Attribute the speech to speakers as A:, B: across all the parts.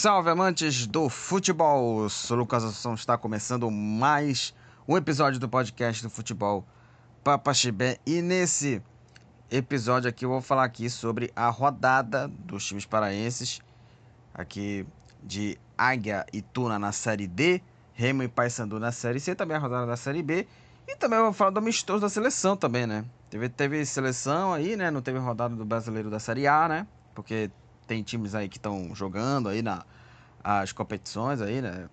A: salve, amantes do futebol! Sou Lucas Assunção, está começando mais um episódio do podcast do futebol Papaxibé. E nesse episódio aqui eu vou falar aqui sobre a rodada dos times paraenses, aqui de Águia e Tuna na Série D, Remo e Paysandu na Série C, também a rodada da Série B. E também eu vou falar do amistoso da seleção também, né? Teve seleção aí, né? Não teve rodada do Brasileiro da Série A, né? Porque tem times aí que estão jogando aí as competições aí, né?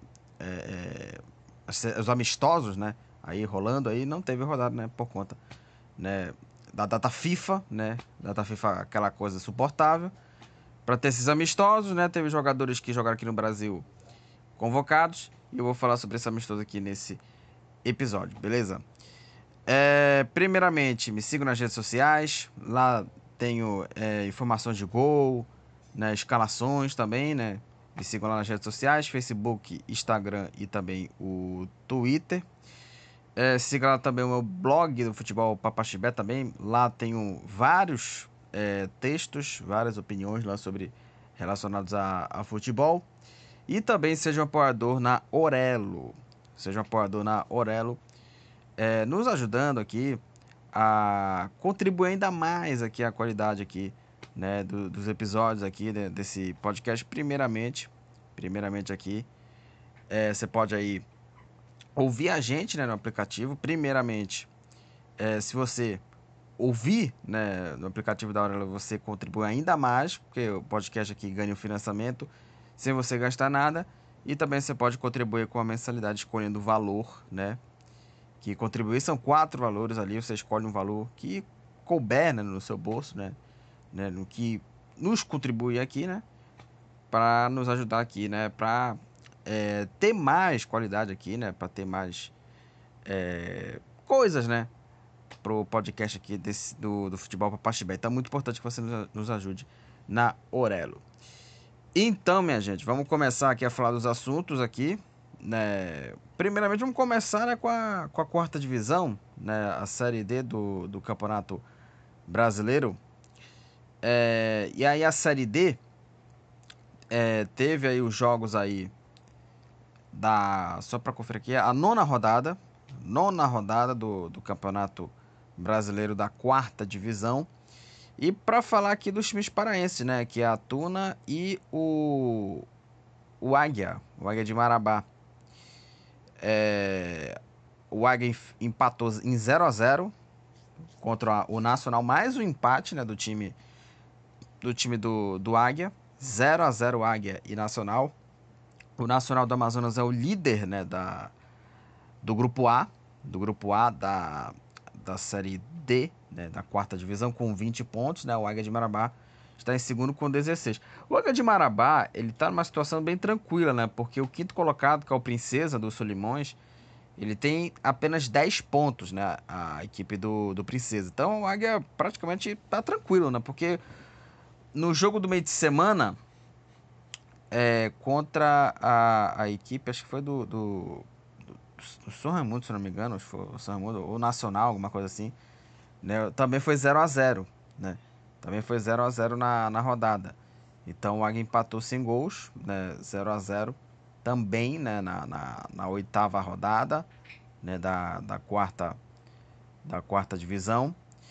A: Os amistosos, né? Aí rolando aí, não teve rodada, né? Por conta, né? Da data FIFA, né? Data FIFA, aquela coisa suportável. Para ter esses amistosos, né? Teve jogadores que jogaram aqui no Brasil convocados. E eu vou falar sobre esse amistoso aqui nesse episódio, beleza? Primeiramente, me sigam nas redes sociais. Lá tenho informações de gol, né, escalações também, né? Me sigam lá nas redes sociais, Facebook, Instagram e também o Twitter. Siga lá também o meu blog do Futebol Papaxibé também. Lá tenho vários textos, várias opiniões lá sobre relacionados a futebol. E também seja um apoiador na Orelo. Seja um apoiador na Orelo, nos ajudando aqui a contribuir ainda mais aqui a qualidade aqui, né, dos episódios aqui, né, desse podcast. Primeiramente aqui, você pode aí ouvir a gente, né, no aplicativo. Primeiramente, se você ouvir, né, no aplicativo da Aurelo, você contribui ainda mais, porque o podcast aqui ganha o financiamento sem você gastar nada. E também você pode contribuir com a mensalidade escolhendo o valor, né, que contribuir. São 4 valores ali, você escolhe um valor que couber, né, no seu bolso, né, no que nos contribui aqui, né, para nos ajudar aqui, né, para ter mais qualidade aqui, né, para ter mais coisas, né, pro podcast aqui do Futebol Papaxibé. Então é muito importante que você nos ajude na Orelo. Então, minha gente, vamos começar aqui a falar dos assuntos aqui, né? Primeiramente, vamos começar, né, com a quarta divisão, né, a Série D do Campeonato Brasileiro. E aí a Série D teve aí os jogos aí só para conferir aqui, a nona rodada do Campeonato Brasileiro da quarta divisão. E para falar aqui dos times paraenses, né, que é a Tuna e o Águia de Marabá. O Águia empatou em 0-0 contra o Nacional, mais um empate, né, do time do Águia. 0-0 Águia e Nacional. O Nacional do Amazonas é o líder, né, do grupo A, da Série D, né, da quarta divisão, com 20 pontos, né? O Águia de Marabá está em segundo com 16. O Águia de Marabá, ele está numa situação bem tranquila, né? Porque o quinto colocado, que é o Princesa do Solimões, ele tem apenas 10 pontos, né? A equipe do Princesa. Então o Águia praticamente está tranquilo, né? Porque no jogo do meio de semana, contra a equipe, acho que foi do São Raimundo, se não me engano, acho que foi o São Raimundo, ou Nacional, alguma coisa assim, né? Também foi 0-0, né? Também foi 0-0 na rodada. Então o Águia empatou sem gols, né? 0-0 também, né? Na oitava rodada, né? Da quarta divisão.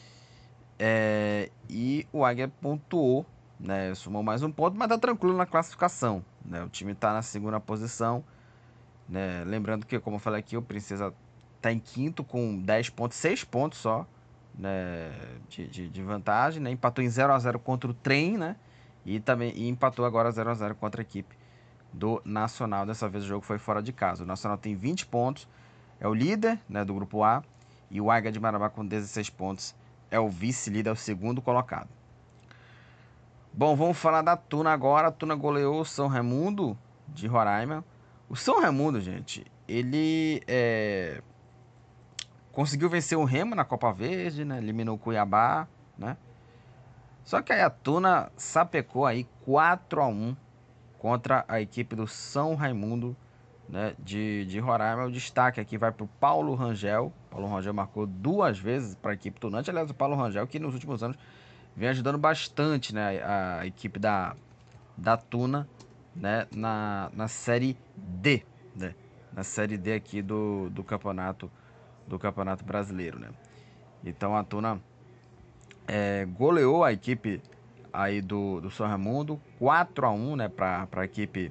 A: E o Águia pontuou, né? Somou mais um ponto, mas tá tranquilo na classificação, né? O time tá na segunda posição, né? Lembrando que, como eu falei aqui, o Princesa tá em quinto com 10 pontos, 6 pontos só, né, de vantagem, né? Empatou em 0-0 contra o Trem, né? E empatou agora 0-0 contra a equipe do Nacional. Dessa vez o jogo foi fora de casa. O Nacional tem 20 pontos, é o líder, né, do grupo A, e o Águia de Marabá com 16 pontos é o vice-líder, é o segundo colocado. Bom, vamos falar da Tuna agora. A Tuna goleou o São Raimundo de Roraima. O São Raimundo, gente, ele conseguiu vencer o Remo na Copa Verde, né? Eliminou o Cuiabá, né? Só que aí a Tuna sapecou aí 4-1 contra a equipe do São Raimundo, né, de Roraima. O destaque aqui vai para o Paulo Rangel. Paulo Rangel marcou 2 vezes para a equipe tunante. Aliás, o Paulo Rangel, que nos últimos anos vem ajudando bastante, né, a equipe da Tuna, né, na Série D, né? Na Série D aqui do Campeonato Brasileiro, né? Então a Tuna goleou a equipe aí do São Raimundo 4-1, né, para a equipe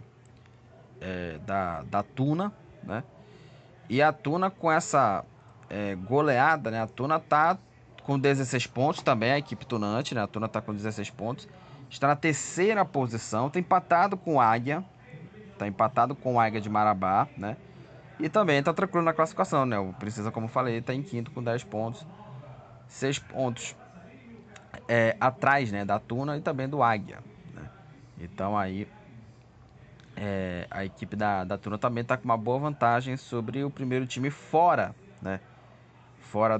A: da Tuna, né? E a Tuna com essa goleada, né? A Tuna tá com 16 pontos também, a equipe tunante, né? A Tuna tá com 16 pontos. Está na terceira posição, tá empatado com o Águia. Tá empatado com o Águia de Marabá, né? E também tá tranquilo na classificação, né? O Princesa, como falei, tá em quinto com 10 pontos. 6 pontos atrás, né? Da Tuna e também do Águia, né? Então aí a equipe da Tuna também tá com uma boa vantagem sobre o primeiro time fora, né? Fora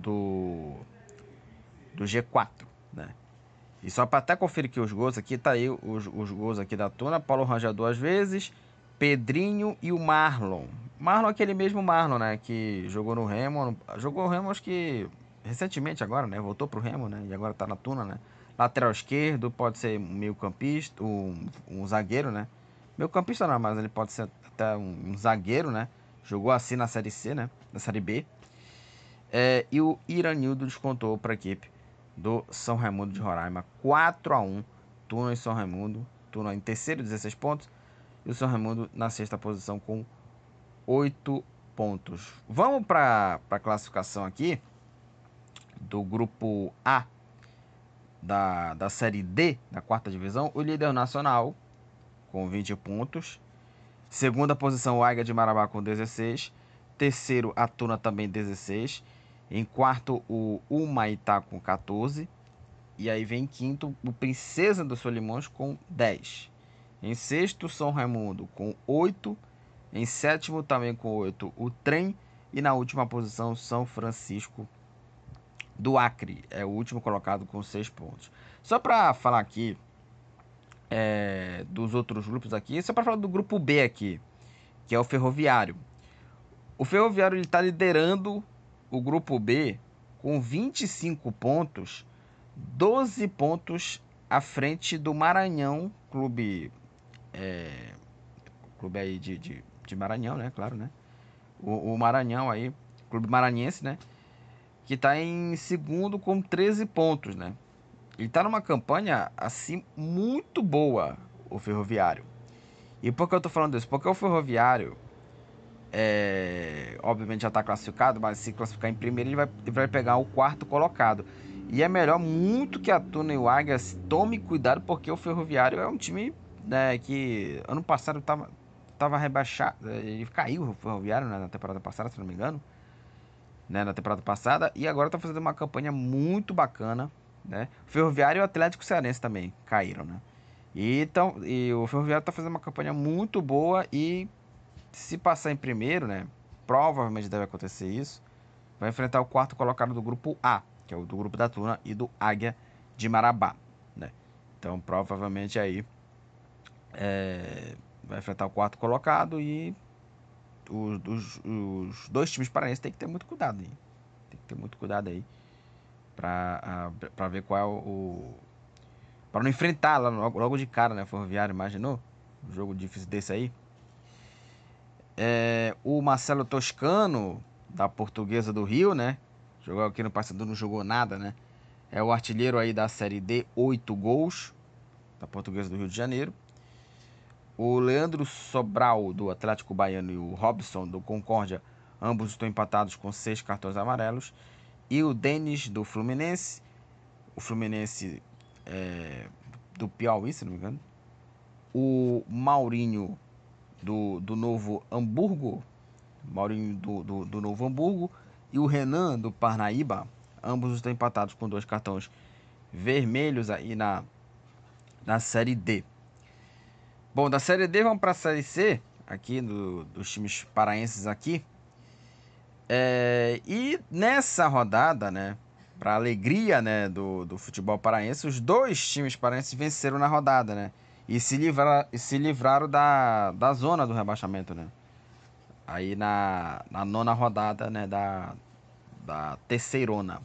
A: do G4, né? E só para até conferir aqui os gols aqui, tá aí os gols aqui da Tuna. Paulo Rangel 2 vezes, Pedrinho e o Marlon. Marlon é aquele mesmo Marlon, né? Que jogou no Remo. Jogou o Remo, acho que recentemente agora, né? Voltou pro Remo, né? E agora tá na Tuna, né? Lateral esquerdo, pode ser meio campista, um zagueiro, né? Meio campista não, mas ele pode ser até um zagueiro, né? Jogou assim na Série C, né? Na Série B. E o Iranildo descontou para a equipe do São Raimundo de Roraima 4-1. Tuna e São Raimundo. Tuna em terceiro, 16 pontos. E o São Raimundo na sexta posição com 8 pontos. Vamos para a classificação aqui do grupo A da Série D, da quarta divisão. O líder Nacional com 20 pontos. Segunda posição, o Águia de Marabá com 16. Terceiro, a Tuna também 16. Em quarto, o Humaitá com 14. E aí vem em quinto, o Princesa dos Solimões com 10. Em sexto, São Raimundo com 8. Em sétimo, também com 8, o Trem. E na última posição, São Francisco do Acre. É o último colocado com 6 pontos. Só para falar aqui dos outros grupos aqui, só para falar do grupo B aqui, que é o Ferroviário. O Ferroviário está liderando o grupo B com 25 pontos, 12 pontos à frente do Maranhão, clube aí de Maranhão, né? Claro, né? O Maranhão aí, clube maranhense, né? Que está em segundo com 13 pontos, né? Ele está numa campanha assim muito boa, o Ferroviário. E por que eu tô falando isso? Porque o Ferroviário obviamente já está classificado, mas se classificar em primeiro ele vai pegar o quarto colocado. E é melhor muito que a Tuna e o Águias tome cuidado, porque o Ferroviário é um time, né, que ano passado tava rebaixado, ele caiu o Ferroviário, né, na temporada passada, se não me engano, né, na temporada passada, e agora está fazendo uma campanha muito bacana, né. O Ferroviário e o Atlético Cearense também caíram, né. E o Ferroviário está fazendo uma campanha muito boa e se passar em primeiro, né? Provavelmente deve acontecer isso. Vai enfrentar o quarto colocado do grupo A, que é o do grupo da Tuna e do Águia de Marabá, né? Então, provavelmente aí vai enfrentar o quarto colocado e os dois times paraenses tem que ter muito cuidado aí. Tem que ter muito cuidado aí pra ver qual é pra não enfrentar lá logo de cara, né? Ferroviário, imaginou? Um jogo difícil desse aí. O Marcelo Toscano, da Portuguesa do Rio, né? Jogou aqui no Paysandu, não jogou nada, né? É o artilheiro aí da Série D, 8 gols, da Portuguesa do Rio de Janeiro. O Leandro Sobral, do Atlético Baiano, e o Robson, do Concórdia, ambos estão empatados com 6 cartões amarelos. E o Denis, do Fluminense, o Fluminense do Piauí, se não me engano. O Maurinho, do Novo Hamburgo, Maurinho do Novo Hamburgo, e o Renan do Parnaíba, ambos estão empatados com 2 cartões vermelhos aí na Série D. Bom, da Série D vamos para a Série C, aqui dos times paraenses aqui. E nessa rodada, né, para alegria, né, do futebol paraense, os dois times paraenses venceram na rodada, né, e se livraram da zona do rebaixamento, né. Aí na nona rodada, né, da terceirona.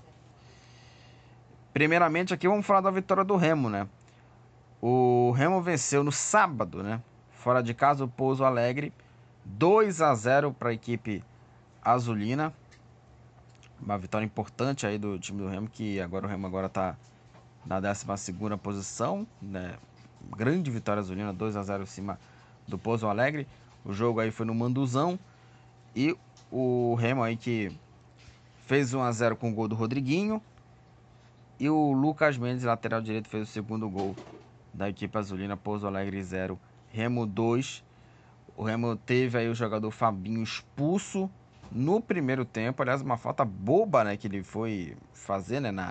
A: Primeiramente aqui vamos falar da vitória do Remo, né? O Remo venceu no sábado, né? fora de casa, o Pouso Alegre, 2-0 para a equipe azulina. Uma vitória importante aí do time do Remo, que agora o Remo agora está na 12ª posição, né? Grande vitória azulina, 2-0 em cima do Pouso Alegre. O jogo aí foi no Manduzão e o Remo aí que fez 1-0 com o gol do Rodriguinho. E o Lucas Mendes, lateral direito, fez o segundo gol da equipe azulina. Pouso Alegre 0, Remo 2. O Remo teve aí o jogador Fabinho expulso no primeiro tempo. Aliás, uma falta boba, né, que ele foi fazer, né,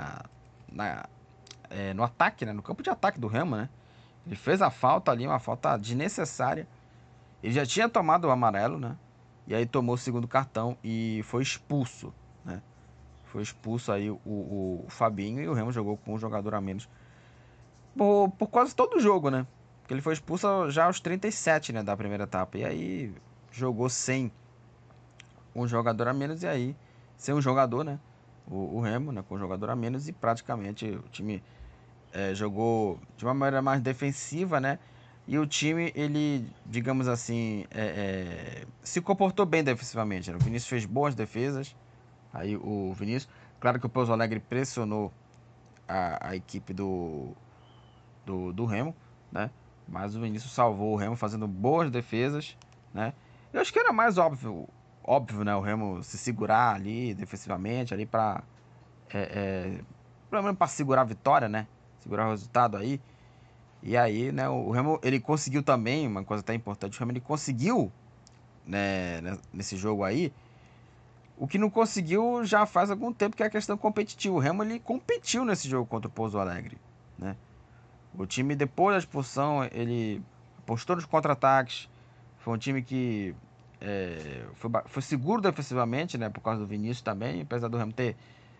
A: no ataque, né, no campo de ataque do Remo, né. Ele fez a falta ali, uma falta desnecessária. Ele já tinha tomado o amarelo, né, e aí tomou o segundo cartão e foi expulso, né. Foi expulso aí o Fabinho e o Remo jogou com um jogador a menos por quase todo o jogo, né. Porque ele foi expulso já aos 37, né, da primeira etapa. E aí jogou sem um jogador a menos e aí sem um jogador, né, o Remo, né, com um jogador a menos, e praticamente o time jogou de uma maneira mais defensiva, né, e o time, ele, digamos assim, se comportou bem defensivamente, né? O Vinícius fez boas defesas, aí o Vinícius, claro que o Pouso Alegre pressionou a equipe do Remo, né, mas o Vinícius salvou o Remo fazendo boas defesas, né. Eu acho que era mais óbvio, né, o Remo se segurar ali defensivamente, ali para pelo menos para segurar a vitória, né, segurar o resultado aí. E aí, né, o Remo, ele conseguiu também, uma coisa até importante, o Remo, ele conseguiu, né, nesse jogo aí, o que não conseguiu já faz algum tempo, que é a questão competitiva. O Remo, ele competiu nesse jogo contra o Pouso Alegre, né. O time, depois da expulsão, ele apostou nos contra-ataques. Foi um time que foi seguro defensivamente, né? Por causa do Vinícius também. Apesar do Remo ter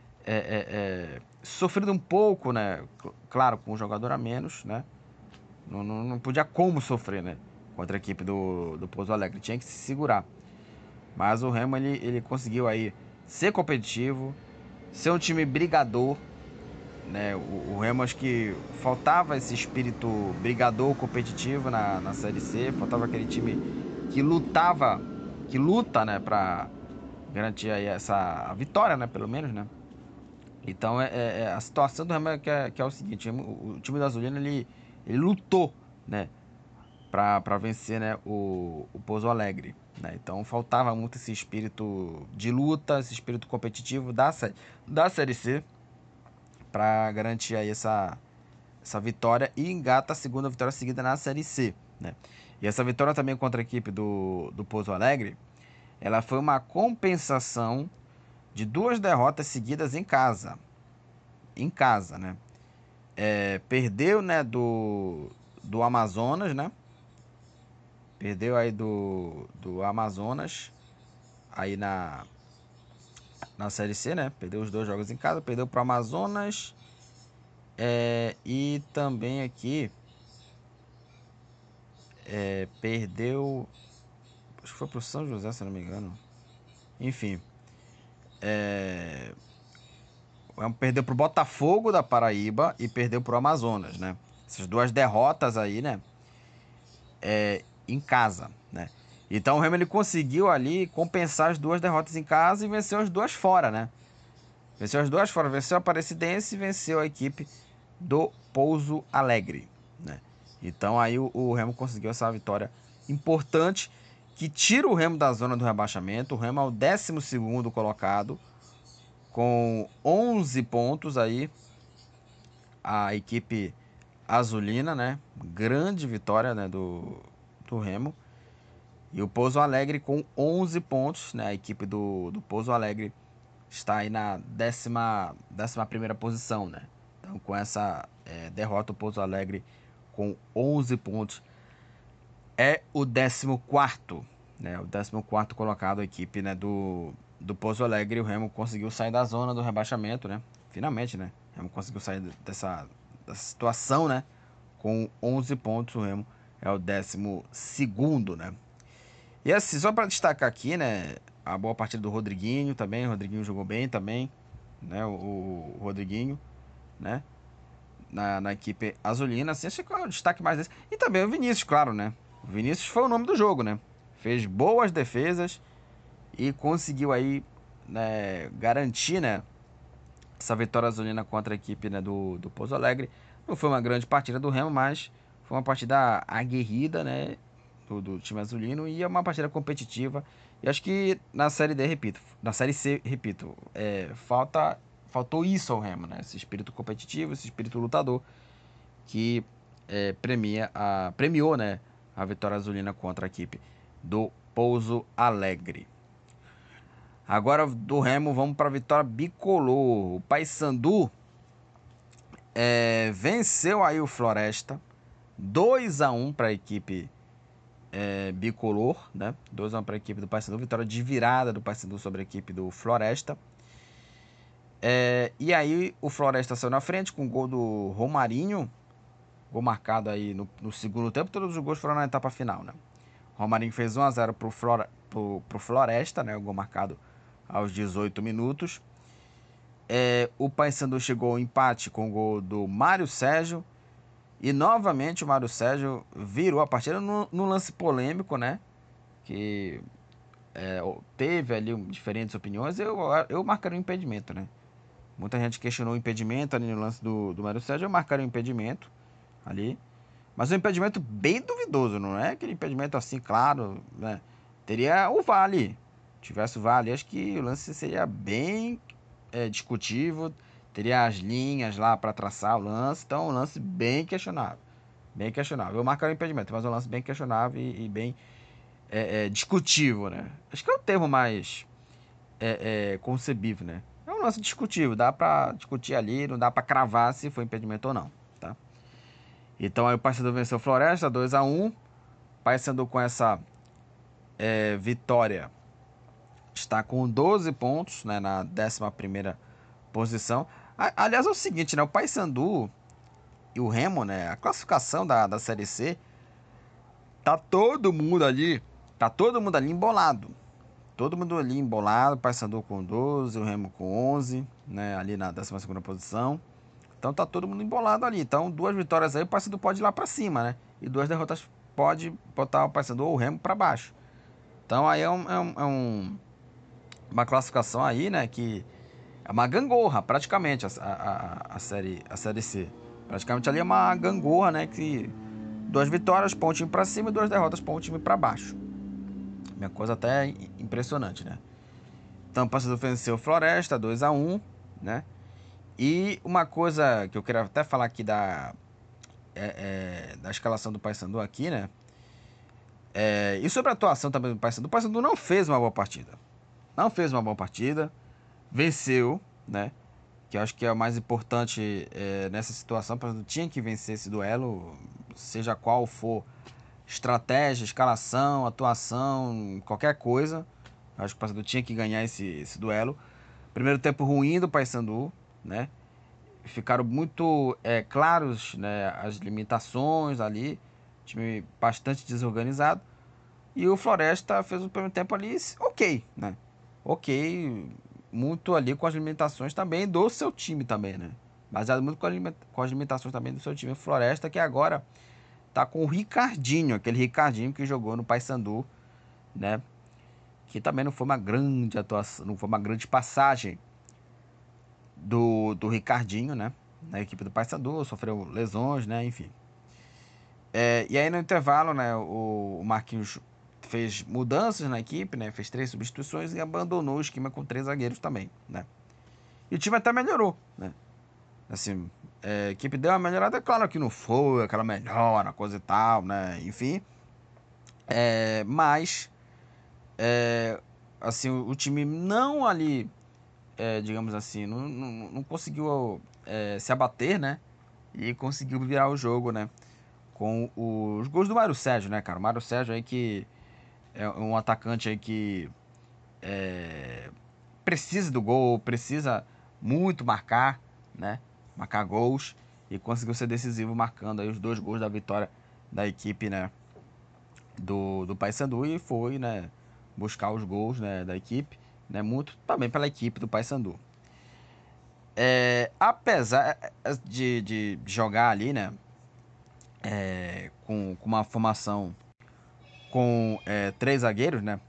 A: sofrido um pouco, né? Claro, com um jogador a menos, né? Não podia como sofrer, né? Contra a equipe do Pouso Alegre. Tinha que se segurar. Mas o Remo, ele conseguiu aí ser competitivo, ser um time brigador, né? O Remo, acho que faltava esse espírito brigador competitivo na Série C, faltava aquele time que lutava, que luta, né, para garantir aí a vitória, né, pelo menos, né. Então a situação do Remo que é o seguinte: o time do Azulino, ele lutou, né, para vencer, né, o Pouso Alegre, né. Então faltava muito esse espírito de luta, esse espírito competitivo da Série C, para garantir aí essa vitória e engata a segunda vitória seguida na Série C, né? E essa vitória também contra a equipe do Pouso Alegre, ela foi uma compensação de 2 derrotas seguidas em casa. Em casa, né? Perdeu, né, do Amazonas, né? Perdeu aí do Amazonas aí na Série C, né? Perdeu os 2 jogos em casa, perdeu para o Amazonas, e também aqui perdeu, acho que foi pro São José, se não me engano. Enfim, perdeu pro Botafogo da Paraíba e perdeu pro Amazonas, né? Essas 2 derrotas aí, né? Em casa, né? Então o Remo, ele conseguiu ali compensar as 2 derrotas em casa e venceu as 2 fora, né? Venceu as 2 fora, venceu a Aparecidense e venceu a equipe do Pouso Alegre, né? Então aí o Remo conseguiu essa vitória importante, que tira o Remo da zona do rebaixamento. O Remo é o 12º colocado com 11 pontos aí. A equipe azulina, né? Grande vitória, né, do Remo. E o Pouso Alegre com 11 pontos, né? A equipe do Pouso Alegre está aí na 11ª posição, né? Então, com essa derrota, o Pouso Alegre com 11 pontos é o 14º, né? O 14º colocado, a equipe, né, do Pouso Alegre. O Remo conseguiu sair da zona do rebaixamento, né? Finalmente, né? O Remo conseguiu sair dessa situação, né? Com 11 pontos, o Remo é o 12º, né? E assim, só para destacar aqui, né, a boa partida do Rodriguinho também. O Rodriguinho jogou bem também, né? O Rodriguinho, né? Na equipe azulina, assim, acho que é o destaque mais desse. E também o Vinícius, claro, né? O Vinícius foi o nome do jogo, né? Fez boas defesas e conseguiu aí, né, garantir, né, essa vitória azulina contra a equipe, né, do Pouso Alegre. Não foi uma grande partida do Remo, mas foi uma partida aguerrida, né, do time azulino, e é uma partida competitiva. E acho que na Série D, repito, na Série C, repito, faltou isso ao Remo, né? Esse espírito competitivo, esse espírito lutador que premiou, né, a vitória azulina contra a equipe do Pouso Alegre. Agora do Remo vamos para a vitória bicolor. O Paysandu venceu aí o Floresta 2-1 para a equipe bicolor, né? 2-1 para a equipe do Paysandu, vitória de virada do Paysandu sobre a equipe do Floresta. E aí o Floresta saiu na frente com o gol do Romarinho, gol marcado aí no segundo tempo. Todos os gols foram na etapa final, né? O Romarinho fez 1-0 pro Floresta, né? O gol marcado aos 18 minutos. O Paysandu chegou ao empate com o gol do Mário Sérgio. E novamente o Mário Sérgio virou a partida no lance polêmico, né? Que teve ali diferentes opiniões. Eu marcaria um impedimento, né? Muita gente questionou o impedimento ali no lance do Mário Sérgio. Eu marcaria um impedimento ali. Mas um impedimento bem duvidoso, não é aquele impedimento assim, claro, né? Teria o VAR ali. Tivesse o VAR ali, acho que o lance seria bem discutível. Teria as linhas lá para traçar o lance. Então, um lance bem questionável. Bem questionável. Eu marcaria o impedimento, mas um lance bem questionável e bem discutível, né? Acho que é o termo mais concebível, né? É um lance discutível. Dá para discutir ali, não dá para cravar se foi impedimento ou não, tá? Então aí o Paysandu venceu o Floresta 2-1. Paysandu com essa vitória está com 12 pontos, né, na 11ª posição. Aliás, é o seguinte, né, o Paysandu e o Remo, né, a classificação da Série C, tá todo mundo ali embolado. Todo mundo ali embolado, o Paysandu com 12, o Remo com 11, né, ali na 12ª posição. Então tá todo mundo embolado ali. Então, duas vitórias aí, o Paysandu pode ir lá pra cima, né? E duas derrotas pode botar o Paysandu ou o Remo pra baixo. Então aí uma classificação aí, né? Que é uma gangorra, praticamente, a série C. Praticamente ali é uma gangorra, né? Que duas vitórias põe o time pra cima e duas derrotas põe o time pra baixo. Minha coisa até impressionante, né? Então o Paysandu venceu o Floresta 2-1, né? E uma coisa que eu queria até falar aqui da escalação do Paysandu aqui, né? E sobre a atuação também do Paysandu, o Paysandu não fez uma boa partida. Não fez uma boa partida, venceu, né? Que eu acho que é o mais importante nessa situação. O Paysandu tinha que vencer esse duelo, seja qual for estratégia, escalação, atuação, qualquer coisa. Eu acho que o Paysandu tinha que ganhar esse duelo. Primeiro tempo ruim do Paysandu, né? Ficaram muito claros, né, as limitações ali, time bastante desorganizado, e o Floresta fez o primeiro tempo ali ok, né, ok, muito ali com as limitações também do seu time também, né, baseado muito com as limitações também do seu time. O Floresta que agora tá com o Ricardinho, aquele Ricardinho que jogou no Paysandu, né, que também não foi uma grande atuação, não foi uma grande passagem do Ricardinho, né? Na equipe do Paysandu, sofreu lesões, né? Enfim. E aí no intervalo, né? O Marquinhos fez mudanças na equipe, né? Fez 3 substituições e abandonou o esquema com 3 zagueiros também, né? E o time até melhorou, né? Assim, a equipe deu uma melhorada, claro que não foi aquela melhora, coisa e tal, né? Enfim. Mas, assim, o time não ali, digamos assim, não conseguiu se abater, né? E conseguiu virar o jogo, né? Com os gols do Mário Sérgio, né, cara? O Mário Sérgio aí que é um atacante aí que precisa do gol, precisa muito marcar, né? Marcar gols. E conseguiu ser decisivo marcando aí os 2 gols da vitória da equipe, né? Do Paysandu, e foi, né? Buscar os gols, né? Da equipe, né? Muito também pela equipe do Paysandu. Apesar de jogar ali, né? Com uma formação com 3 zagueiros, né?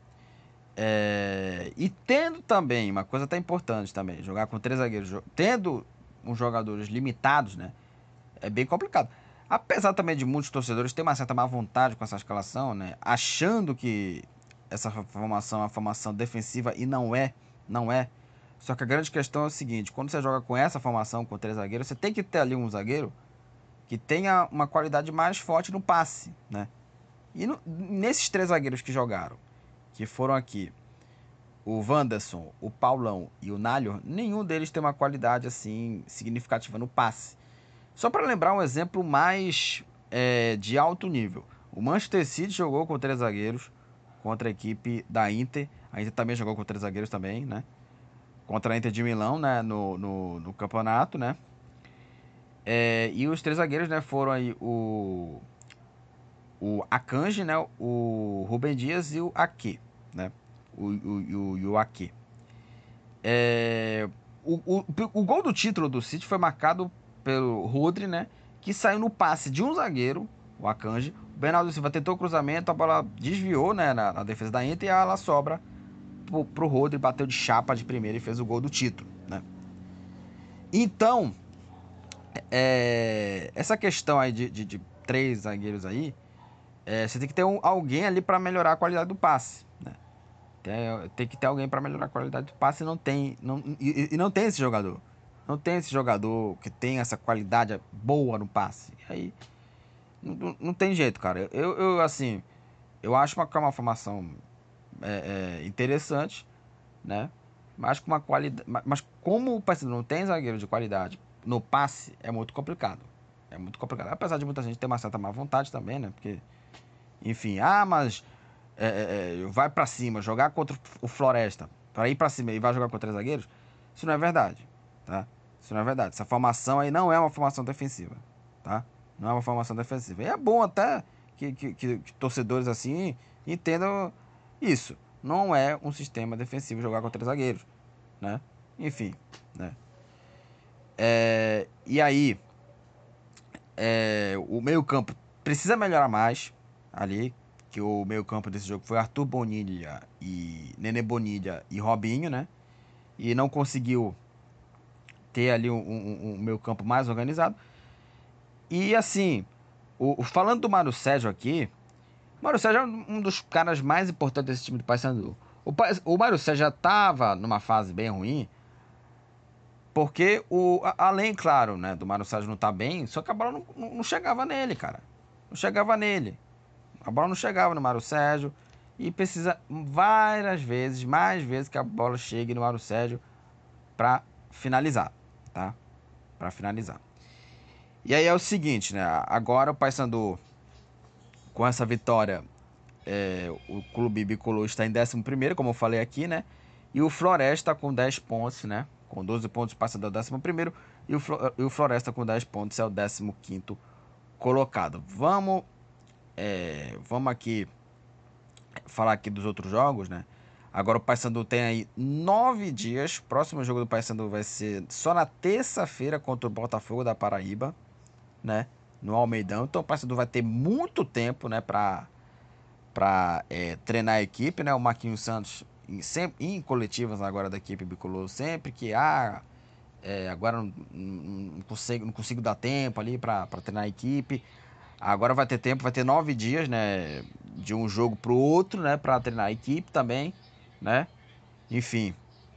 A: E tendo também, uma coisa até importante também, jogar com 3 zagueiros, tendo uns jogadores limitados, né? É bem complicado. Apesar também de muitos torcedores terem uma certa má vontade com essa escalação, né? Achando que essa formação é uma formação defensiva e não é, não é. Só que a grande questão é o seguinte, quando você joga com essa formação, com 3 zagueiros, você tem que ter ali um zagueiro que tenha uma qualidade mais forte no passe, né? E nesses 3 zagueiros que jogaram, que foram aqui, o Wanderson, o Paulão e o Nalho, nenhum deles tem uma qualidade assim significativa no passe. Só para lembrar um exemplo mais de alto nível. O Manchester City jogou com 3 zagueiros contra a equipe da Inter. A Inter também jogou com 3 zagueiros também, né? Contra a Inter de Milão, né? No campeonato, né? E os 3 zagueiros, né? Foram aí o Akanji, né? O Rubem Dias e o Ake, né? O Ake. O gol do título do City foi marcado pelo Rodri, né? Que saiu no passe de um zagueiro, o Akanji. O Bernardo Silva tentou o cruzamento, a bola desviou, né? Na defesa da Inter e ela sobra pro Rodri, bateu de chapa de primeira e fez o gol do título, né? Então, essa questão aí de 3 zagueiros aí, você tem que ter alguém ali para melhorar a qualidade do passe, né? Tem que ter alguém para melhorar a qualidade do passe e não tem. E não tem esse jogador. Não tem esse jogador que tem essa qualidade boa no passe. Aí não tem jeito, cara. Assim, eu acho que é uma formação interessante, né? Mas com uma qualidade. Mas como o Paysandu não tem zagueiro de qualidade no passe, é muito complicado. É muito complicado. Apesar de muita gente ter uma certa má vontade também, né? Porque, enfim, mas vai pra cima, jogar contra o Floresta, para ir pra cima e vai jogar contra 3 zagueiros, isso não é verdade, tá? Isso não é verdade. Essa formação aí não é uma formação defensiva, tá? Não é uma formação defensiva. E é bom até que torcedores assim entendam isso. Não é um sistema defensivo jogar contra 3 zagueiros, né? Enfim, né? E aí, o meio-campo precisa melhorar mais ali, que o meio-campo desse jogo foi Arthur Bonilha e Nenê Bonilha e Robinho, né? E não conseguiu ter ali um meio-campo mais organizado. E assim, falando do Mário Sérgio aqui, o Mário Sérgio é um dos caras mais importantes desse time do Paysandu. O Mário Sérgio já estava numa fase bem ruim, porque além, claro, né, do Mário Sérgio não estar bem, só que a bola não chegava nele, cara. Não chegava nele. A bola não chegava no Mário Sérgio e precisa várias vezes, mais vezes que a bola chegue no Mário Sérgio para finalizar, tá? Para finalizar. E aí é o seguinte, né? Agora o Paysandu, com essa vitória, o clube bicolor está em 11º, como eu falei aqui, né? E o Floresta com 10 pontos, né? Com 12 pontos passa do 11º e o Floresta com 10 pontos é o 15º colocado. Vamos aqui falar aqui dos outros jogos, né? Agora o Paysandu tem aí 9 dias. O próximo jogo do Paysandu vai ser só na terça-feira contra o Botafogo da Paraíba, né? No Almeidão. Então o Paysandu vai ter muito tempo, né? Para treinar a equipe, né? O Marquinhos Santos em coletivas agora da equipe bicolor, sempre que agora não consigo dar tempo ali para treinar a equipe. Agora vai ter tempo, vai ter 9 dias, né? De um jogo pro outro, né? Para treinar a equipe também, né? Enfim.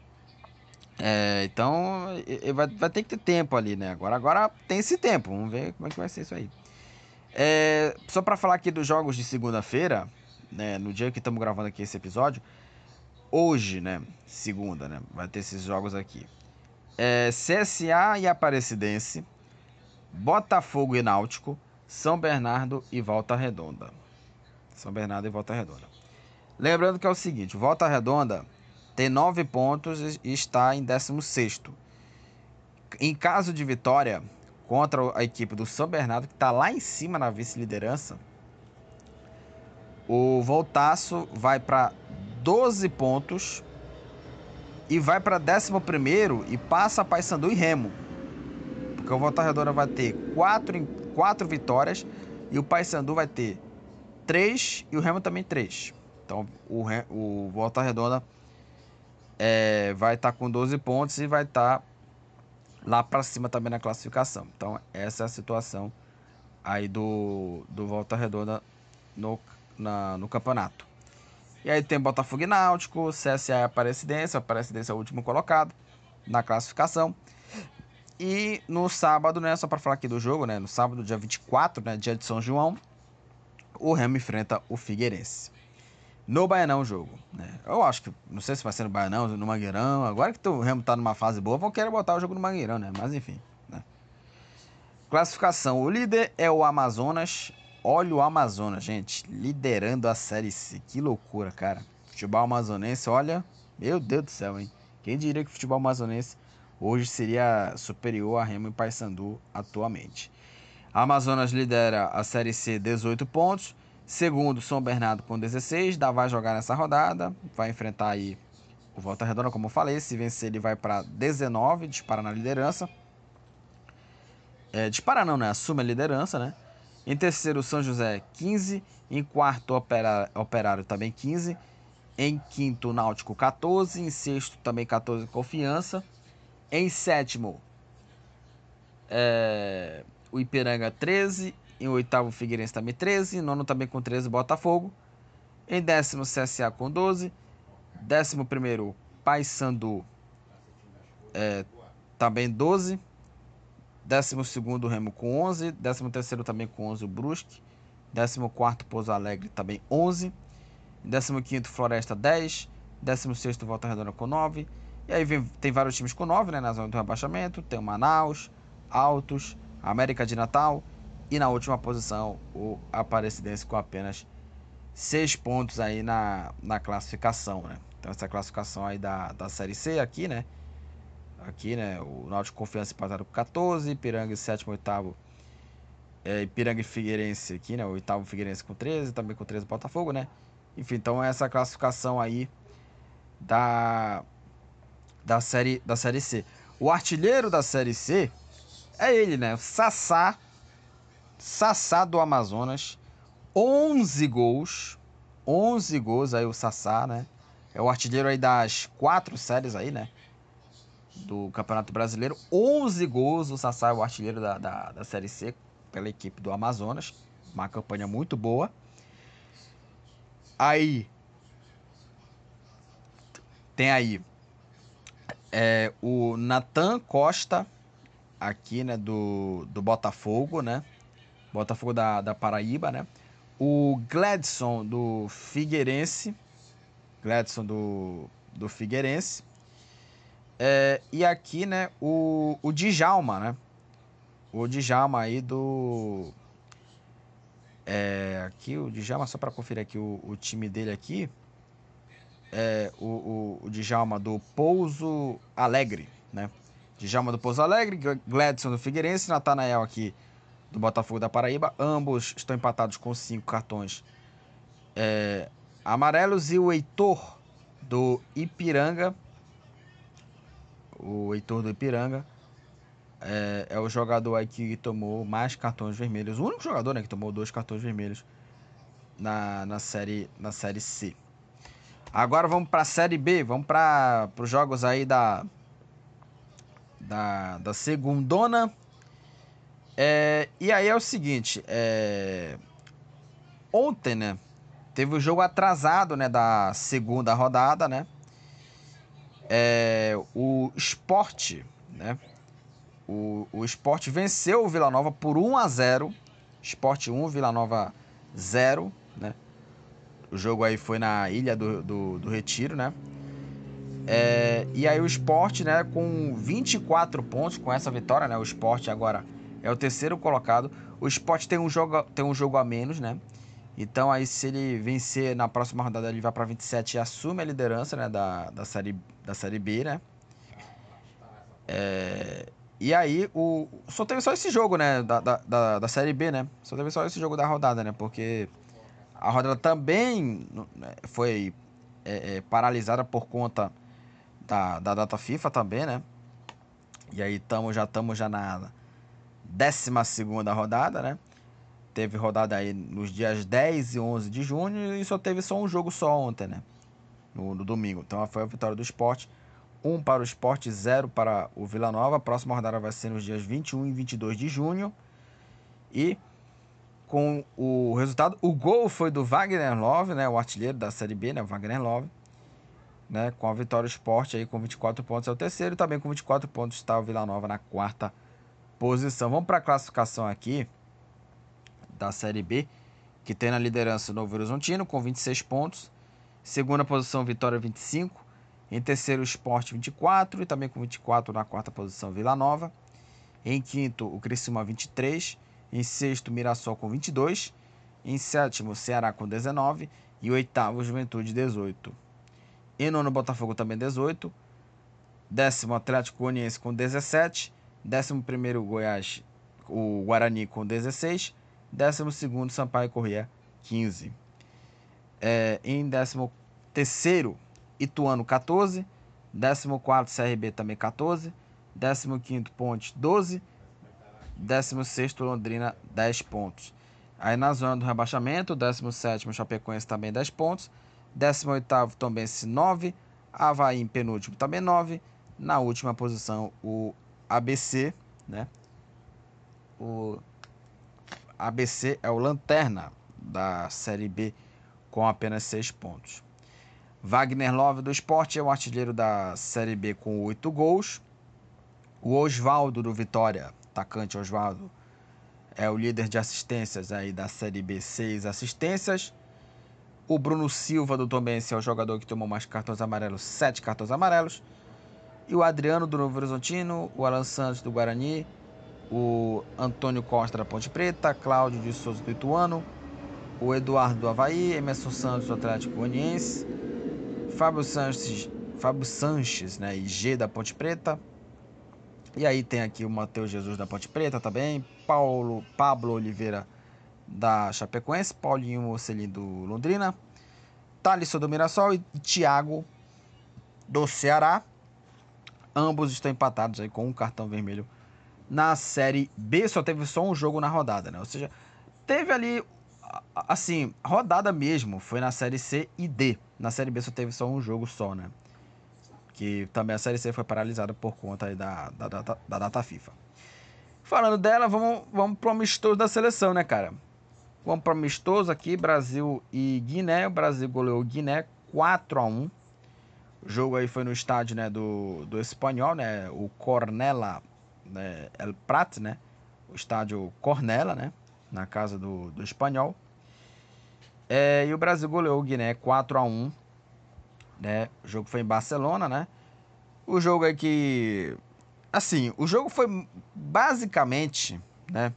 A: Então vai ter que ter tempo ali, né? Agora tem esse tempo. Vamos ver como é que vai ser isso aí. Só para falar aqui dos jogos de segunda-feira, né? No dia que estamos gravando aqui esse episódio. Hoje, né? Segunda, né? Vai ter esses jogos aqui. CSA e Aparecidense. Botafogo e Náutico. São Bernardo e Volta Redonda. São Bernardo e Volta Redonda. Lembrando que é o seguinte, Volta Redonda tem 9 pontos e está em 16º. Em caso de vitória contra a equipe do São Bernardo, que está lá em cima na vice-liderança, o Voltaço vai para 12 pontos e vai para 11º e passa Paysandu e Remo. Porque o Volta Redonda vai ter 4 vitórias e o Paysandu vai ter 3 e o Remo também 3. Então o Volta Redonda vai estar com 12 pontos e vai estar lá para cima também na classificação. Então essa é a situação aí do Volta Redonda no campeonato. E aí tem Botafogo e Náutico, CSA e Aparecidense. Aparecidense é o último colocado na classificação. E no sábado, né, só para falar aqui do jogo, né, no sábado, dia 24, né, dia de São João, o Remo enfrenta o Figueirense. No Baianão o jogo, né? Eu acho que, não sei se vai ser no Baianão, no Mangueirão. Agora que o Remo tá numa fase boa, vão querer botar o jogo no Mangueirão, né? Mas enfim, né? Classificação. O líder é o Amazonas. Olha o Amazonas, gente, liderando a Série C. Que loucura, cara. Futebol amazonense, olha, meu Deus do céu, hein? Quem diria que o futebol amazonense hoje seria superior a Remo e Paysandu atualmente. A Amazonas lidera a Série C 18 pontos. Segundo, São Bernardo com 16. Vai jogar nessa rodada. Vai enfrentar aí o Volta Redonda, como eu falei. Se vencer, ele vai para 19. Dispara na liderança. Dispara não, né? Assume a liderança, né? Em terceiro, São José, 15. Em quarto, Operário também 15. Em quinto, Náutico, 14. Em sexto, também 14, Confiança. Em sétimo, o Ipiranga, 13. Em oitavo, Figueirense também 13. Em nono também com 13, Botafogo. Em décimo, CSA com 12. Décimo primeiro, Paysandu, também 12. Décimo segundo, Remo com 11. Décimo terceiro também com 11, o Brusque. Décimo quarto, Pouso Alegre também 11. Décimo quinto, Floresta 10. Décimo sexto, Volta Redonda com 9. E aí tem vários times com 9, né, na zona do rebaixamento. Tem o Manaus, Altos, América de Natal. E na última posição, o Aparecidense com apenas 6 pontos aí na classificação, né? Então essa classificação aí da Série C aqui, né? Aqui, né? O Náutico Confiança empatado com 14. Ipiranga em sétimo, oitavo. Ipiranga e Figueirense aqui, né? O oitavo Figueirense com 13. Também com 13 Botafogo, né? Enfim, então essa classificação aí da série C. O artilheiro da Série C é ele, né? O Sassá do Amazonas. 11 gols. 11 gols aí o Sassá, né? É o artilheiro aí das 4 séries aí, né? Do Campeonato Brasileiro. 11 gols o Sassá é o artilheiro da Série C pela equipe do Amazonas. Uma campanha muito boa. Aí tem aí o Natan Costa, aqui, né, do Botafogo, né? Botafogo da Paraíba, né? O Gladson do Figueirense. Gladson do Figueirense. E aqui, né, o Djalma, né? O Djalma aí do... aqui o Djalma, só para conferir aqui o time dele aqui. O Djalma do Pouso Alegre, né? Djalma do Pouso Alegre, Gladson do Figueirense, Natanael aqui do Botafogo da Paraíba. Ambos estão empatados com 5 cartões amarelos. E o Heitor do Ipiranga. O Heitor do Ipiranga é o jogador aí que tomou mais cartões vermelhos. O único jogador, né, que tomou 2 cartões vermelhos na série C. Agora vamos para a Série B. Vamos para os jogos aí da segundona. E aí é o seguinte. Ontem, né, teve o jogo atrasado, né, da segunda rodada, né? O Sport, né? O Sport venceu o Vila Nova por 1-0. Sport 1, Vila Nova 0, né? O jogo aí foi na Ilha do Retiro, né? E aí o Sport, né, com 24 pontos, com essa vitória, né? O Sport agora é o terceiro colocado. O Sport tem um jogo a menos, né? Então aí se ele vencer na próxima rodada, ele vai para 27 e assume a liderança, né, da série B, né? E aí só teve só esse jogo, né, da Série B, né? Só teve só esse jogo da rodada, né? Porque a rodada também foi paralisada por conta da data FIFA também, né? E aí já estamos na 12ª rodada, né? teve rodada aí nos dias 10 e 11 de junho e teve só um jogo só ontem, né? No domingo. Então foi a vitória do Sport. 1 para o Sport, 0 para o Vila Nova. A próxima rodada vai ser nos dias 21 e 22 de junho. E com o resultado, o gol foi do Wagner Love, né? O artilheiro da Série B, né? O Wagner Love. Né, com a vitória do Sport aí com 24 pontos é o terceiro, também com 24 pontos está o Vila Nova na quarta posição. Vamos para a classificação aqui da Série B, que tem na liderança o Novo Horizontino com 26 pontos, segunda posição Vitória 25, em terceiro o Sport 24 e também com 24 na quarta posição Vila Nova, em quinto o Criciúma 23, em sexto Mirassol com 22, em sétimo o Ceará com 19 e oitavo Juventude 18. Em nono, Botafogo também 18. Décimo, Atlético Goianiense com 17. Décimo primeiro, Goiás, o Guarani com 16. Décimo segundo, Sampaio Corrêa, 15. Em décimo terceiro, Ituano, 14. Décimo quarto, CRB também 14. Décimo quinto, Ponte, 12. Décimo sexto, Londrina, 10 pontos. Aí na zona do rebaixamento, 17º, Chapecoense também 10 pontos. 18º, Tombense 9, Avaí em penúltimo também 9, na última posição o ABC, né? O ABC é o lanterna da Série B com apenas 6 pontos. Wagner Love do Sport é o artilheiro da Série B com 8 gols. O Osvaldo do Vitória, atacante Osvaldo, é o líder de assistências aí da Série B, 6 assistências. O Bruno Silva do Tombense é o jogador que tomou mais cartões amarelos, 7 cartões amarelos. E o Adriano do Novo Horizontino, o Alan Santos do Guarani, o Antônio Costa da Ponte Preta, Cláudio de Souza do Ituano, o Eduardo do Avaí, Emerson Santos do Atlético Goianiense, Fábio Sanches, né, IG da Ponte Preta. E aí tem aqui o Matheus Jesus da Ponte Preta também, Pablo Oliveira da Chapecoense, Paulinho Mocelin do Londrina, Thalisson do Mirassol e Thiago do Ceará. Ambos estão empatados aí com um cartão vermelho na Série B. Só teve só um jogo na rodada, né? Ou seja, teve ali, assim, rodada mesmo, foi na Série C e D. Na Série B só teve só um jogo só, né? Que também a Série C foi paralisada por conta aí da data FIFA. Falando dela, vamos pro amistoso da seleção, né, cara? Vamos para amistoso aqui, Brasil e Guiné. O Brasil goleou Guiné 4-1. O jogo aí foi no estádio, né, do Espanhol, né, o Cornella, né, El Prat, né, o estádio Cornella, né, na casa do Espanhol. E o Brasil goleou o Guiné 4-1, né, o jogo foi em Barcelona, né. O jogo aí que, assim, o jogo foi basicamente, né,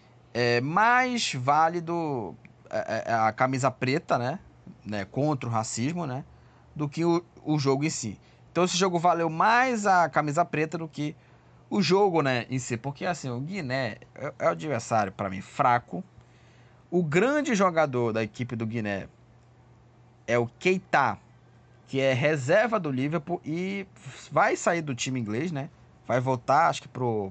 A: mais válido a camisa preta, né, contra o racismo, né, do que o jogo em si. Então esse jogo valeu mais a camisa preta do que o jogo, né, em si, porque assim, o Guiné é o adversário para mim fraco. O grande jogador da equipe do Guiné é o Keita, que é reserva do Liverpool e vai sair do time inglês, né? Vai voltar, acho que pro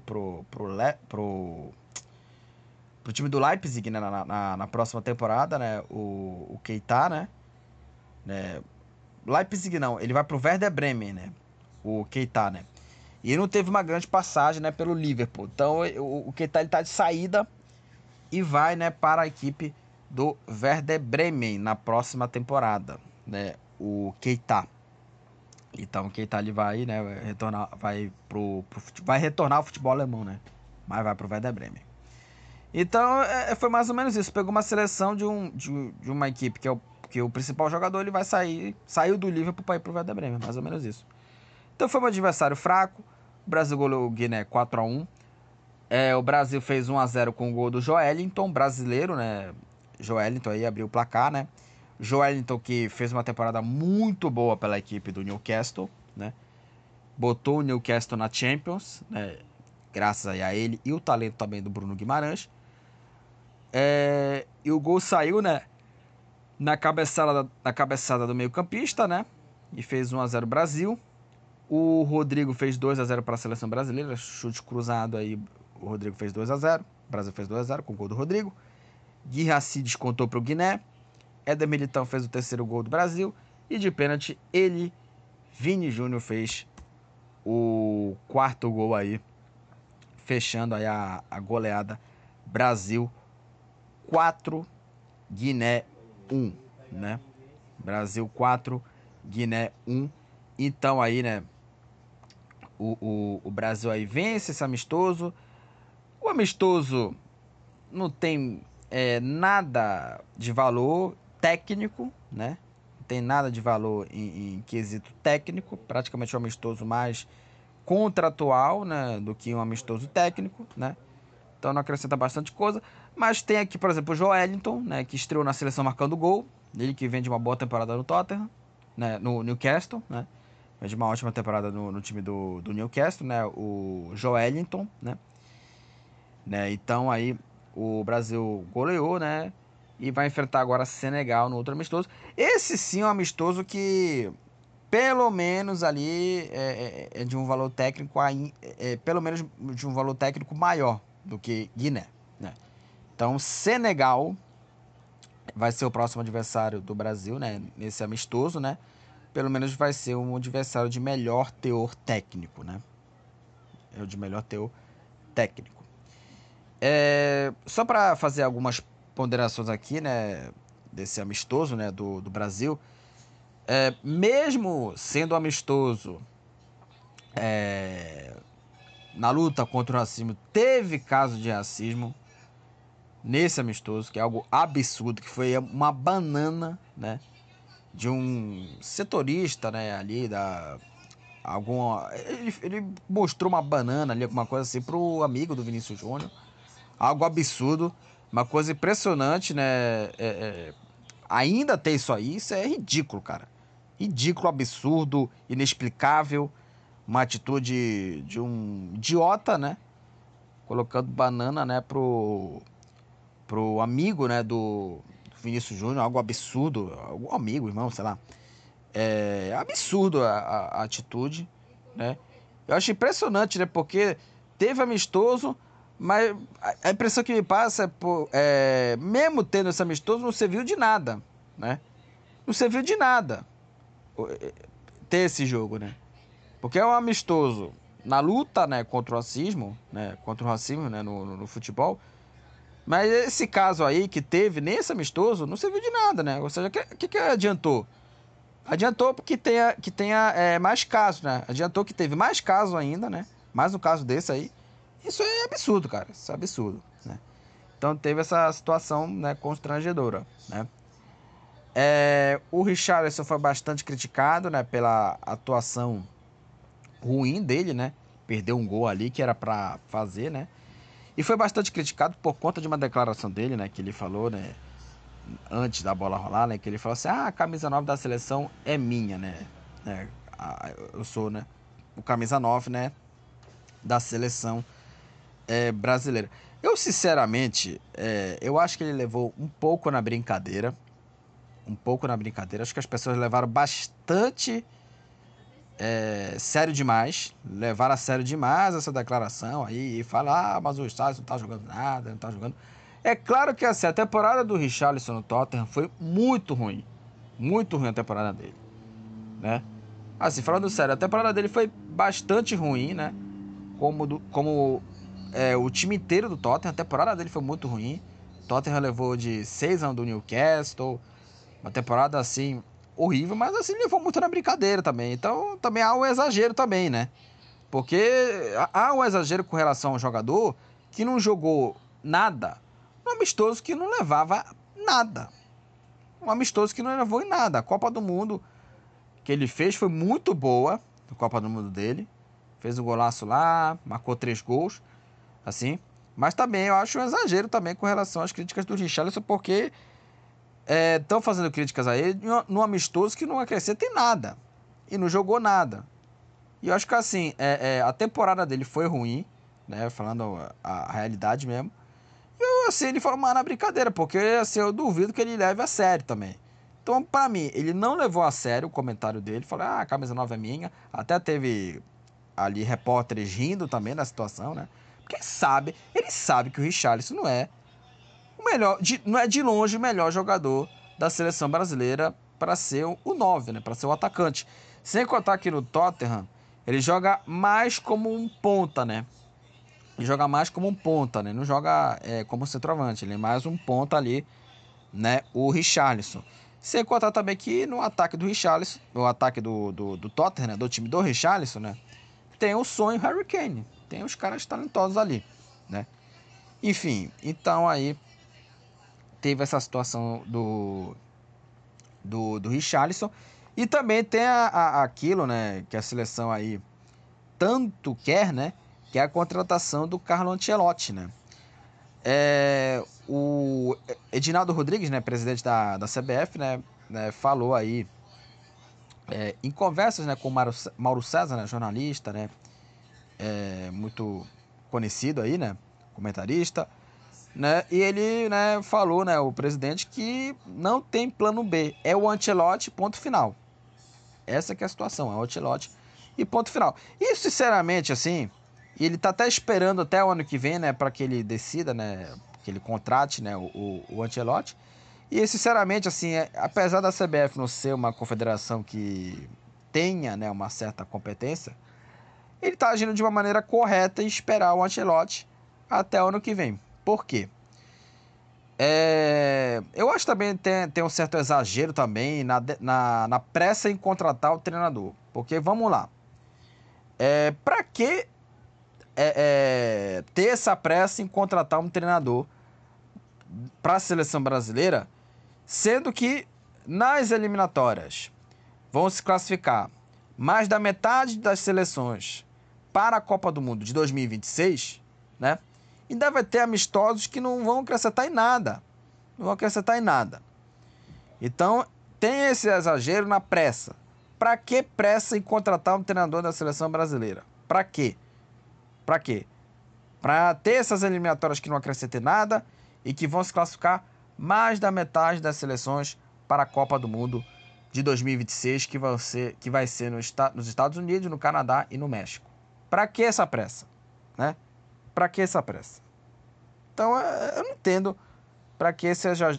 A: time do Leipzig, né, na próxima temporada, né? O Keita, né? Leipzig não, ele vai pro Werder Bremen, né? O Keita, né? E ele não teve uma grande passagem, né, pelo Liverpool. Então o Keita ele tá de saída e vai, né, para a equipe do Werder Bremen na próxima temporada, né? O Keita. Então o Keita ele vai, né, vai retornar ao futebol alemão, né? Mas vai pro Werder Bremen. Então foi mais ou menos isso. Pegou uma seleção de uma equipe que o principal jogador ele vai saiu do Liverpool para ir pro Werder Bremen, mais ou menos isso. Então foi um adversário fraco. O Brasil goleou o Guiné 4-1. O Brasil fez 1-0 com o gol do Joelinton, brasileiro, né? Joelinton aí abriu o placar, né? Joelinton que fez uma temporada muito boa pela equipe do Newcastle, né? Botou o Newcastle na Champions, né? Graças a ele e o talento também do Bruno Guimarães. E o gol saiu, né? Na cabeçada do meio-campista, né? E fez 1-0 Brasil. O Rodrigo fez 2-0 para a seleção brasileira. Chute cruzado aí. O Rodrigo fez 2-0. O Brasil fez 2-0 com o gol do Rodrigo. Guirassy descontou para o Guiné. Éder Militão fez o terceiro gol do Brasil. E de pênalti, ele, Vini Júnior, fez o quarto gol aí, fechando aí a goleada. Brasil 4, Guiné 1, né? Brasil 4, Guiné 1. Então aí, né, o Brasil aí vence esse amistoso. O amistoso não tem nada de valor técnico, né? Não tem nada de valor em quesito técnico. Praticamente um amistoso mais contratual, né, do que um amistoso técnico, né? Então não acrescenta bastante coisa. Mas tem aqui, por exemplo, o Joelinton, né, que estreou na seleção marcando gol. Ele que vem de uma boa temporada no Tottenham, né, no Newcastle, né? Vem de uma ótima temporada no time do Newcastle, né? O Joelinton, né? Então aí o Brasil goleou, né? E vai enfrentar agora Senegal no outro amistoso. Esse sim é um amistoso que, pelo menos ali, é de um valor técnico, pelo menos de um valor técnico maior do que Guiné, né? Então, Senegal vai ser o próximo adversário do Brasil, né? Nesse amistoso, né? Pelo menos vai ser um adversário de melhor teor técnico, né? É o de melhor teor técnico. Só para fazer algumas ponderações aqui, né? Desse amistoso, né? Do Brasil. Mesmo sendo amistoso, na luta contra o racismo, teve caso de racismo nesse amistoso, que é algo absurdo, que foi uma banana, né, de um setorista, né, ali ele mostrou uma banana ali, alguma coisa assim, pro amigo do Vinícius Júnior. Algo absurdo, uma coisa impressionante, né? Ainda ter isso aí, isso é ridículo, cara. Ridículo, absurdo, inexplicável. Uma atitude de um idiota, né? Colocando banana, né, pro amigo, né, do Vinícius Júnior, algo absurdo, algum amigo, irmão, sei lá. É absurdo a atitude, né? Eu acho impressionante, né, porque teve amistoso, mas a impressão que me passa mesmo tendo esse amistoso, não serviu de nada, né? Não serviu de nada ter esse jogo, né? Porque é um amistoso na luta, né, contra o racismo, né, né, no futebol. Mas esse caso aí que teve nesse amistoso não serviu de nada, né? Ou seja, o que adiantou? Adiantou que tenha mais casos, né? Adiantou que teve mais casos ainda, né? Mais um caso desse aí. Isso é absurdo, cara. Isso é absurdo, né? Então teve essa situação, né, constrangedora, né? O Richarlison foi bastante criticado, né, pela atuação ruim dele, né? Perdeu um gol ali que era pra fazer, né? E foi bastante criticado por conta de uma declaração dele, né? Que ele falou, né? Antes da bola rolar, né? Que ele falou assim: a camisa 9 da seleção é minha, né? Eu sou, né? O camisa 9, né? Da seleção brasileira. Eu, sinceramente, eu acho que ele levou um pouco na brincadeira. Um pouco na brincadeira. Acho que as pessoas levaram bastante sério demais. Levaram a sério demais essa declaração aí. E falar, mas o Richarlison não tá jogando nada, não tá jogando. É claro que assim, a temporada do Richarlison no Tottenham foi muito ruim. Muito ruim a temporada dele, né? Assim, falando sério, a temporada dele foi bastante ruim, né? Como o time inteiro do Tottenham, a temporada dele foi muito ruim. O Tottenham levou de 6 anos do Newcastle. Uma temporada, assim, horrível, mas assim, levou muito na brincadeira também. Então, também há um exagero também, né? Porque há um exagero com relação ao jogador que não jogou nada, um amistoso que não levava nada. Um amistoso que não levou em nada. A Copa do Mundo que ele fez foi muito boa, a Copa do Mundo dele. Fez um golaço lá, marcou 3 gols, assim. Mas também eu acho um exagero também com relação às críticas do Richarlison, porque estão fazendo críticas a ele no amistoso que não acrescenta em nada. E não jogou nada. E eu acho que assim, a temporada dele foi ruim, né? Falando a realidade mesmo. E eu, assim, ele falou, mas na brincadeira, porque assim, eu duvido que ele leve a sério também. Então, pra mim, ele não levou a sério o comentário dele. Falou, a camisa nova é minha. Até teve ali repórteres rindo também da situação, né? Porque ele sabe que o Richarlison não é o melhor, não é de longe o melhor jogador da seleção brasileira para ser o 9, né? Para ser o atacante. Sem contar que no Tottenham, ele joga mais como um ponta, né? Ele joga mais como um ponta, né? Não joga como centroavante, ele é mais um ponta ali, né? O Richarlison. Sem contar também que no ataque do Richarlison, no ataque do Tottenham, né? Do time do Richarlison, né? Tem o sonho Harry Kane, tem os caras talentosos ali, né? Enfim, então aí teve essa situação do Richarlison. E também tem aquilo, né, que a seleção aí tanto quer, né, que é a contratação do Carlo Ancelotti, né. O Edinaldo Rodrigues, né, presidente da CBF, né, falou aí em conversas, né, com o Mauro César, né, jornalista, né, muito conhecido aí, né, comentarista, né, e ele, né, falou, né, o presidente, que não tem plano B, é o Ancelotti, ponto final. Essa que é a situação, é o Ancelotti e ponto final. E sinceramente, assim, ele tá até esperando até o ano que vem, né, para que ele decida, né, que ele contrate, né, o Ancelotti. E sinceramente, assim, apesar da CBF não ser uma confederação que tenha, né, uma certa competência, ele tá agindo de uma maneira correta e esperar o Ancelotti até o ano que vem. Por quê? Eu acho também que tem um certo exagero também na pressa em contratar o treinador. Porque, vamos lá, para que ter essa pressa em contratar um treinador para a seleção brasileira, sendo que nas eliminatórias vão se classificar mais da metade das seleções para a Copa do Mundo de 2026, né? Ainda vai ter amistosos que não vão acrescentar em nada. Não vão acrescentar em nada. Então, tem esse exagero na pressa. Para que pressa em contratar um treinador da seleção brasileira? Para quê? Para quê? Para ter essas eliminatórias que não acrescentem nada e que vão se classificar mais da metade das seleções para a Copa do Mundo de 2026, que vai ser nos Estados Unidos, no Canadá e no México. Para que essa pressa? Né? Para que essa pressa? Então, eu não entendo para que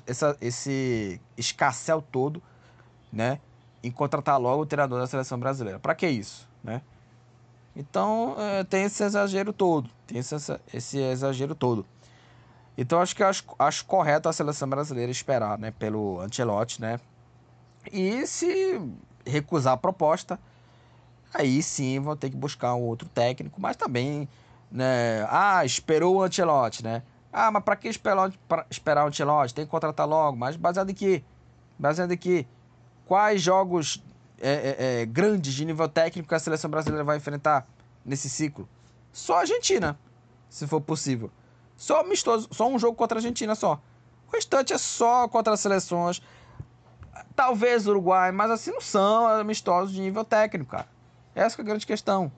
A: esse escarcéu todo, né, em contratar logo o treinador da seleção brasileira. Para que isso, né? Então, tem esse exagero todo. Esse exagero todo. Então, acho correto a seleção brasileira esperar, né, pelo Ancelotti, né? E se recusar a proposta, aí sim vão ter que buscar um outro técnico, mas também, né? Esperou o Ancelotti, né? Mas para que esperar o Ancelotti? Tem que contratar logo. Mas baseado em quê? Baseado em quê? Quais jogos grandes de nível técnico que a seleção brasileira vai enfrentar nesse ciclo? Só a Argentina, se for possível. Só amistoso, só um jogo contra a Argentina só. O restante é só contra as seleções. Talvez o Uruguai, mas assim não são amistosos de nível técnico, cara. Essa que é a grande questão.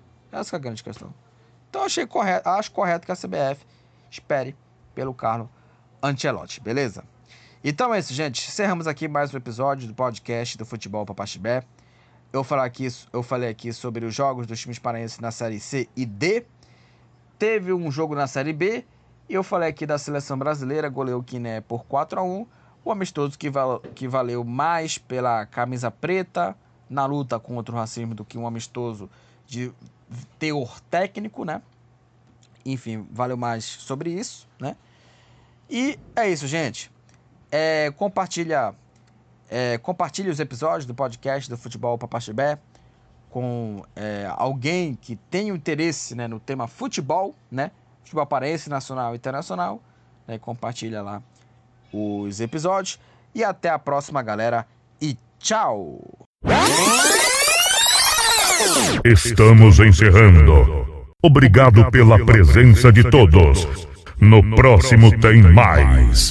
A: Então acho correto que a CBF espere pelo Carlo Ancelotti, beleza? Então é isso, gente. Encerramos aqui mais um episódio do podcast do Futebol Papaxibé. Eu falei aqui sobre os jogos dos times paraenses na Série C e D. Teve um jogo na Série B. E eu falei aqui da seleção brasileira, goleou o Guiné por 4-1. O amistoso que valeu mais pela camisa preta na luta contra o racismo do que um amistoso de teor técnico, né? Enfim, valeu mais sobre isso, né? E é isso, gente. Compartilhe os episódios do podcast do Futebol Papaxibé com alguém que tenha interesse, né, no tema futebol, né? Futebol paraense, nacional e internacional. Né? Compartilha lá os episódios. E até a próxima, galera. E tchau!
B: Estamos encerrando. Obrigado pela presença de todos. No próximo tem mais.